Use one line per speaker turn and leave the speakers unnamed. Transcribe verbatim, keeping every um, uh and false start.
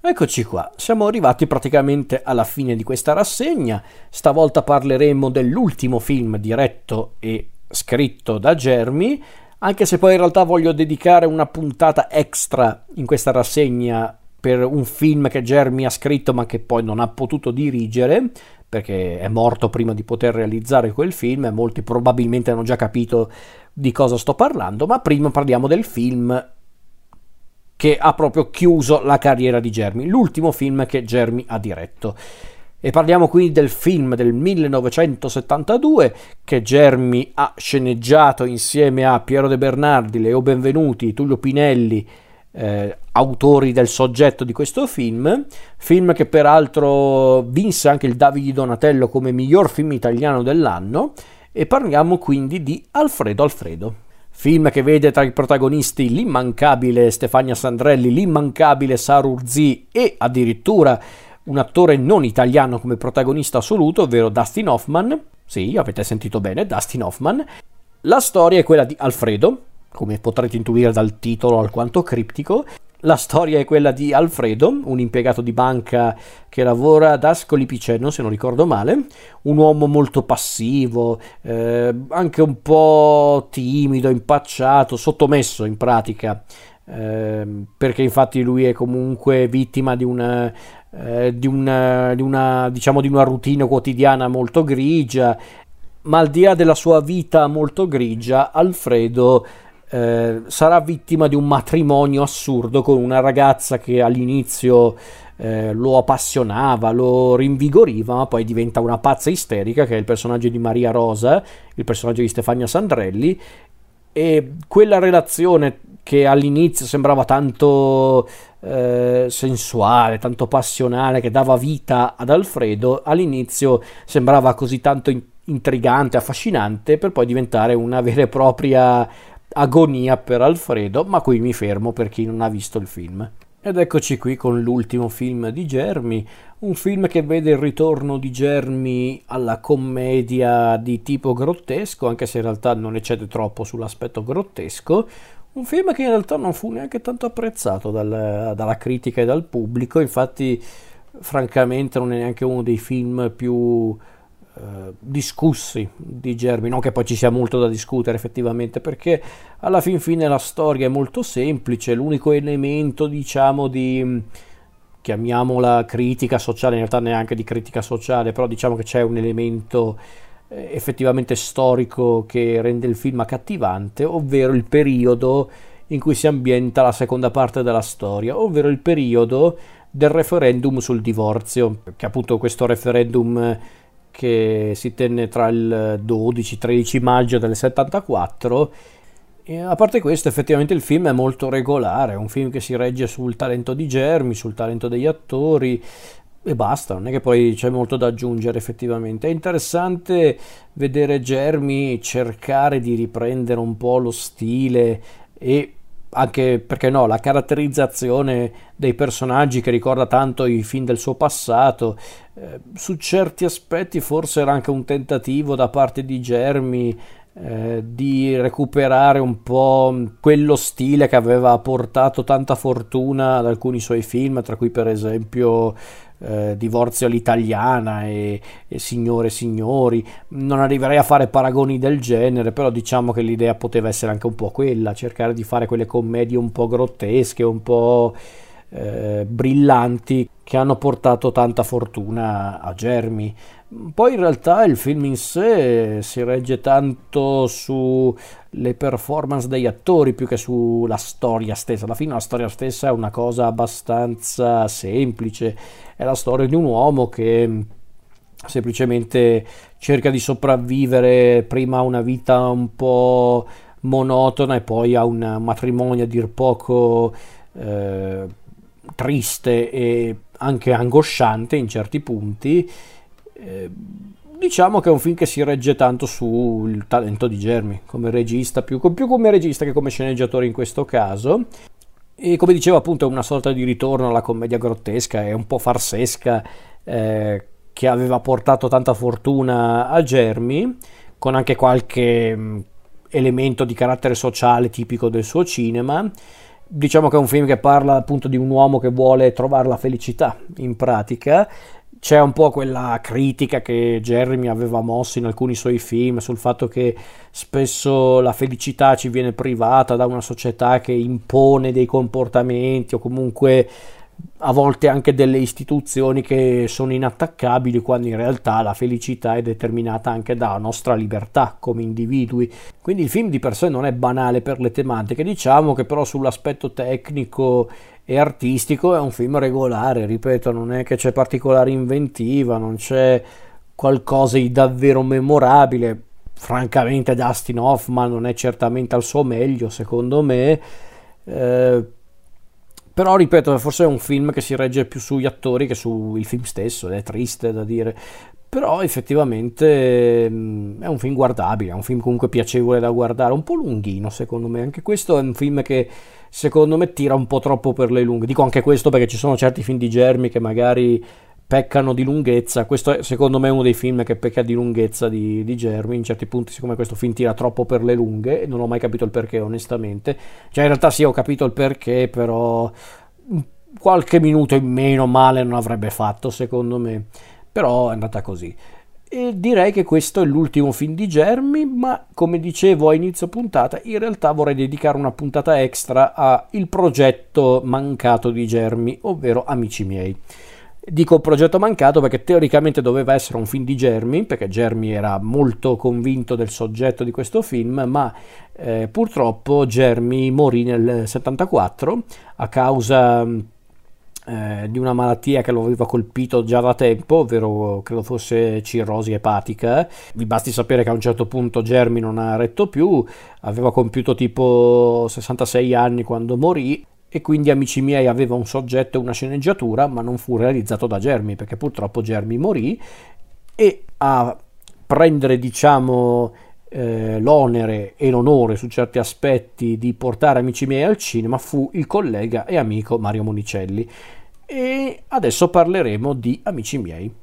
Eccoci qua, siamo arrivati praticamente alla fine di questa rassegna. Stavolta parleremo dell'ultimo film diretto e scritto da Germi, anche se poi in realtà voglio dedicare una puntata extra in questa rassegna per un film che Germi ha scritto ma che poi non ha potuto dirigere, perché è morto prima di poter realizzare quel film e molti probabilmente hanno già capito di cosa sto parlando, ma prima parliamo del film che ha proprio chiuso la carriera di Germi, l'ultimo film che Germi ha diretto. E parliamo quindi del film del millenovecentosettantadue che Germi ha sceneggiato insieme a Piero De Bernardi, Leo Benvenuti, Tullio Pinelli, eh, autori del soggetto di questo film, film che peraltro vinse anche il David di Donatello come miglior film italiano dell'anno. E parliamo quindi di Alfredo Alfredo. Film che vede tra i protagonisti l'immancabile Stefania Sandrelli, l'immancabile Sara Urzì e addirittura un attore non italiano come protagonista assoluto, ovvero Dustin Hoffman. Sì, avete sentito bene, Dustin Hoffman. La storia è quella di Alfredo, come potrete intuire dal titolo alquanto criptico. La storia è quella di Alfredo, un impiegato di banca che lavora ad Ascoli Piceno, se non ricordo male, un uomo molto passivo, eh, anche un po' timido, impacciato, sottomesso in pratica, eh, perché infatti lui è comunque vittima di una, eh, di una, di una, diciamo, di una routine quotidiana molto grigia, ma al di là della sua vita molto grigia, Alfredo Eh, sarà vittima di un matrimonio assurdo con una ragazza che all'inizio eh, lo appassionava, lo rinvigoriva, ma poi diventa una pazza isterica, che è il personaggio di Maria Rosa, il personaggio di Stefania Sandrelli. E quella relazione che all'inizio sembrava tanto eh, sensuale, tanto passionale, che dava vita ad Alfredo, all'inizio sembrava così tanto in- intrigante, affascinante, per poi diventare una vera e propria agonia per Alfredo, ma qui mi fermo per chi non ha visto il film. Ed eccoci qui con l'ultimo film di Germi, un film che vede il ritorno di Germi alla commedia di tipo grottesco, anche se in realtà non eccede troppo sull'aspetto grottesco, un film che in realtà non fu neanche tanto apprezzato dal, dalla critica e dal pubblico, infatti francamente non è neanche uno dei film più Uh, discussi di Germi, non che poi ci sia molto da discutere effettivamente, perché alla fin fine la storia è molto semplice, l'unico elemento, diciamo, di, chiamiamola critica sociale, in realtà neanche di critica sociale, però diciamo che c'è un elemento eh, effettivamente storico che rende il film accattivante, ovvero il periodo in cui si ambienta la seconda parte della storia, ovvero il periodo del referendum sul divorzio, che appunto questo referendum che si tenne tra il dodici tredici maggio del settantaquattro. E a parte questo, effettivamente il film è molto regolare, è un film che si regge sul talento di Germi, sul talento degli attori e basta, non è che poi c'è molto da aggiungere effettivamente. È interessante vedere Germi cercare di riprendere un po' lo stile e anche, perché no, la caratterizzazione dei personaggi che ricorda tanto i film del suo passato. Eh, su certi aspetti forse era anche un tentativo da parte di Germi eh, di recuperare un po' quello stile che aveva portato tanta fortuna ad alcuni suoi film, tra cui per esempio Eh, Divorzio all'italiana e, e Signore e signori. Non arriverei a fare paragoni del genere, però diciamo che l'idea poteva essere anche un po' quella, cercare di fare quelle commedie un po' grottesche, un po' eh, brillanti, che hanno portato tanta fortuna a Germi. Poi in realtà il film in sé si regge tanto sulle performance degli attori più che sulla storia stessa. Alla fine la storia stessa è una cosa abbastanza semplice, è la storia di un uomo che semplicemente cerca di sopravvivere prima a una vita un po' monotona e poi a un matrimonio a dir poco eh, triste e anche angosciante in certi punti. Eh, diciamo che è un film che si regge tanto sul talento di Germi come regista, più, più come regista che come sceneggiatore in questo caso. E come dicevo, appunto, è una sorta di ritorno alla commedia grottesca e un po' farsesca eh, che aveva portato tanta fortuna a Germi, con anche qualche mh, elemento di carattere sociale tipico del suo cinema. diciamo che è un film che parla appunto di un uomo che vuole trovare la felicità, in pratica. C'è un po' quella critica che Jeremy aveva mosso in alcuni suoi film sul fatto che spesso la felicità ci viene privata da una società che impone dei comportamenti o comunque a volte anche delle istituzioni che sono inattaccabili, quando in realtà la felicità è determinata anche dalla nostra libertà come individui. Quindi il film di per sé non è banale per le tematiche, diciamo che però sull'aspetto tecnico e artistico è un film regolare, ripeto, non è che c'è particolare inventiva, non c'è qualcosa di davvero memorabile. Francamente Dustin Hoffman non è certamente al suo meglio, secondo me, eh, però ripeto, forse è un film che si regge più sugli attori che sul film stesso, ed è triste da dire, però effettivamente mh, è un film guardabile, è un film comunque piacevole da guardare, un po' lunghino secondo me, anche questo è un film che secondo me tira un po' troppo per le lunghe. Dico anche questo perché ci sono certi film di Germi che magari peccano di lunghezza. Questo è secondo me uno dei film che pecca di lunghezza di, di Germi in certi punti, siccome questo film tira troppo per le lunghe e non ho mai capito il perché, onestamente. Cioè in realtà sì, ho capito il perché, però qualche minuto in meno male non avrebbe fatto secondo me, però è andata così. E direi che questo è l'ultimo film di Germi, ma come dicevo a inizio puntata, in realtà vorrei dedicare una puntata extra al progetto mancato di Germi, ovvero Amici miei. Dico progetto mancato perché teoricamente doveva essere un film di Germi, perché Germi era molto convinto del soggetto di questo film, ma eh, purtroppo Germi morì nel settantaquattro a causa eh, di una malattia che lo aveva colpito già da tempo, ovvero credo fosse cirrosi epatica. Vi basti sapere che a un certo punto Germi non ha retto più, aveva compiuto tipo sessantasei anni quando morì, e quindi Amici miei aveva un soggetto e una sceneggiatura, ma non fu realizzato da Germi perché purtroppo Germi morì, e a prendere diciamo eh, l'onere e l'onore su certi aspetti di portare Amici miei al cinema fu il collega e amico Mario Monicelli. E adesso parleremo di Amici miei.